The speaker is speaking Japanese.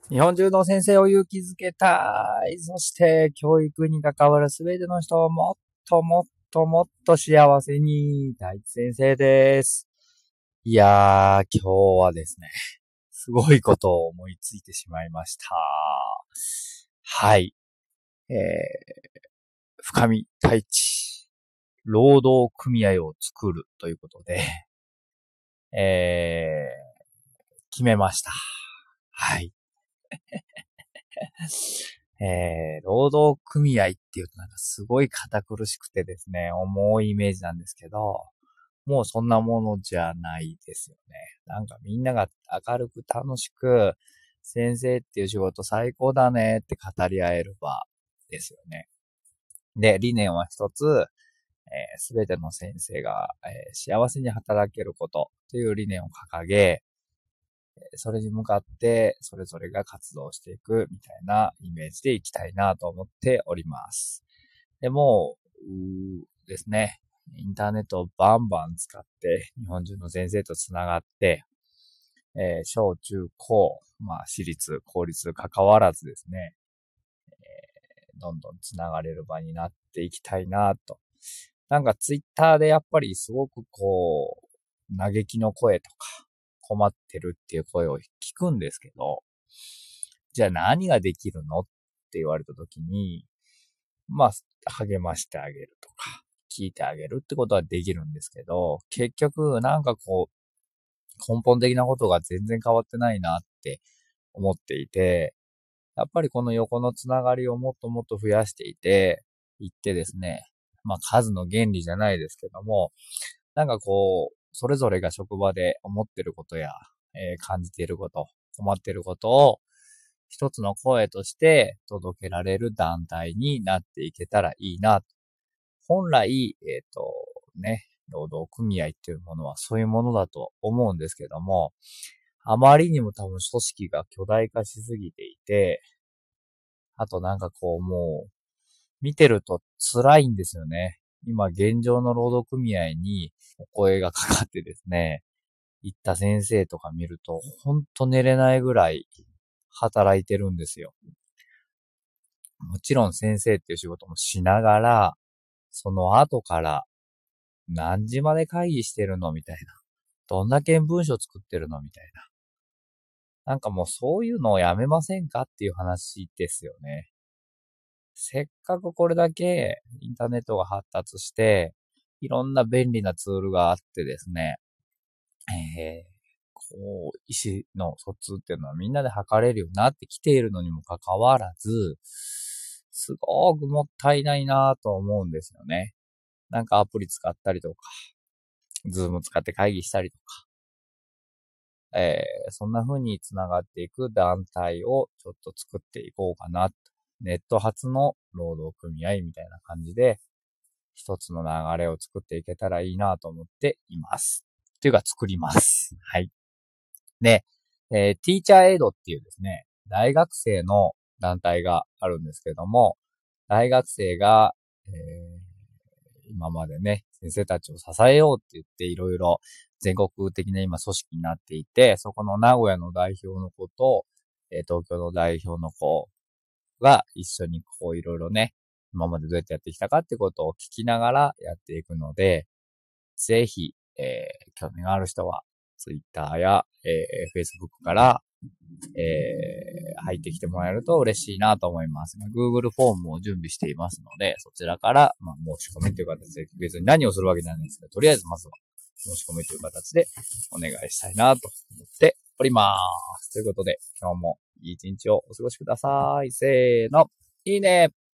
日本中の先生を勇気づけたい。そして教育に関わるすべての人をもっともっともっと幸せに。大地先生です。いやー、今日はですね、すごいことを思いついてしまいました。はい。深見太一、労働組合を作るということで、決めました。はい。労働組合っていうとなんかすごい堅苦しくてですね、重いイメージなんですけど、もうそんなものじゃないですよね。なんかみんなが明るく楽しく、先生っていう仕事最高だねって語り合える場ですよね。で、理念は一つ、すべての先生が、幸せに働けることという理念を掲げ、それに向かってそれぞれが活動していくみたいなイメージでいきたいなと思っております。でも、ですね、インターネットをバンバン使って日本中の先生とつながって、小中高、私立、公立関わらずですね、どんどんつながれる場になっていきたいなと。なんかツイッターでやっぱりすごく嘆きの声とか困ってるっていう声を聞くんですけど、じゃあ何ができるのって言われた時に、励ましてあげるとか、聞いてあげるってことはできるんですけど、結局根本的なことが全然変わってないなって思っていて、やっぱりこの横のつながりをもっともっと増やしていってですね、数の原理じゃないですけども、それぞれが職場で思ってることや、感じていること、困っていることを一つの声として届けられる団体になっていけたらいいな。本来、労働組合っていうものはそういうものだと思うんですけども、あまりにも多分組織が巨大化しすぎていて、あともう、見てると辛いんですよね。今現状の労働組合にお声がかかってですね、行った先生とか見ると、ほんと寝れないぐらい働いてるんですよ。もちろん先生っていう仕事もしながら、その後から何時まで会議してるのみたいな。どんだけ文章作ってるのみたいな。なんかもうそういうのをやめませんかっていう話ですよね。せっかくこれだけインターネットが発達して、いろんな便利なツールがあってですね、意思の疎通っていうのはみんなで測れるようになってきているのにもかかわらず、すごくもったいないなぁと思うんですよね。なんかアプリ使ったりとか、ズーム使って会議したりとか、そんな風に繋がっていく団体をちょっと作っていこうかな。ネット発の労働組合みたいな感じで、一つの流れを作っていけたらいいなと思っています。というか作ります。はい。で、ティーチャーエイドっていうですね、大学生の団体があるんですけども、大学生が、今までね、先生たちを支えようって言っていろいろ全国的な今組織になっていて、そこの名古屋の代表の子と、東京の代表の子が一緒にいろいろね、今までどうやってやってきたかってことを聞きながらやっていくので、ぜひ、興味がある人は、Twitter や、Facebook から、入ってきてもらえると嬉しいなと思います。Google フォームを準備していますので、そちらから、申し込みという形で、別に何をするわけじゃないんですけど、とりあえずまずは申し込みという形でお願いしたいなと思っております。ということで、今日もいい一日をお過ごしください。せーの。いいね。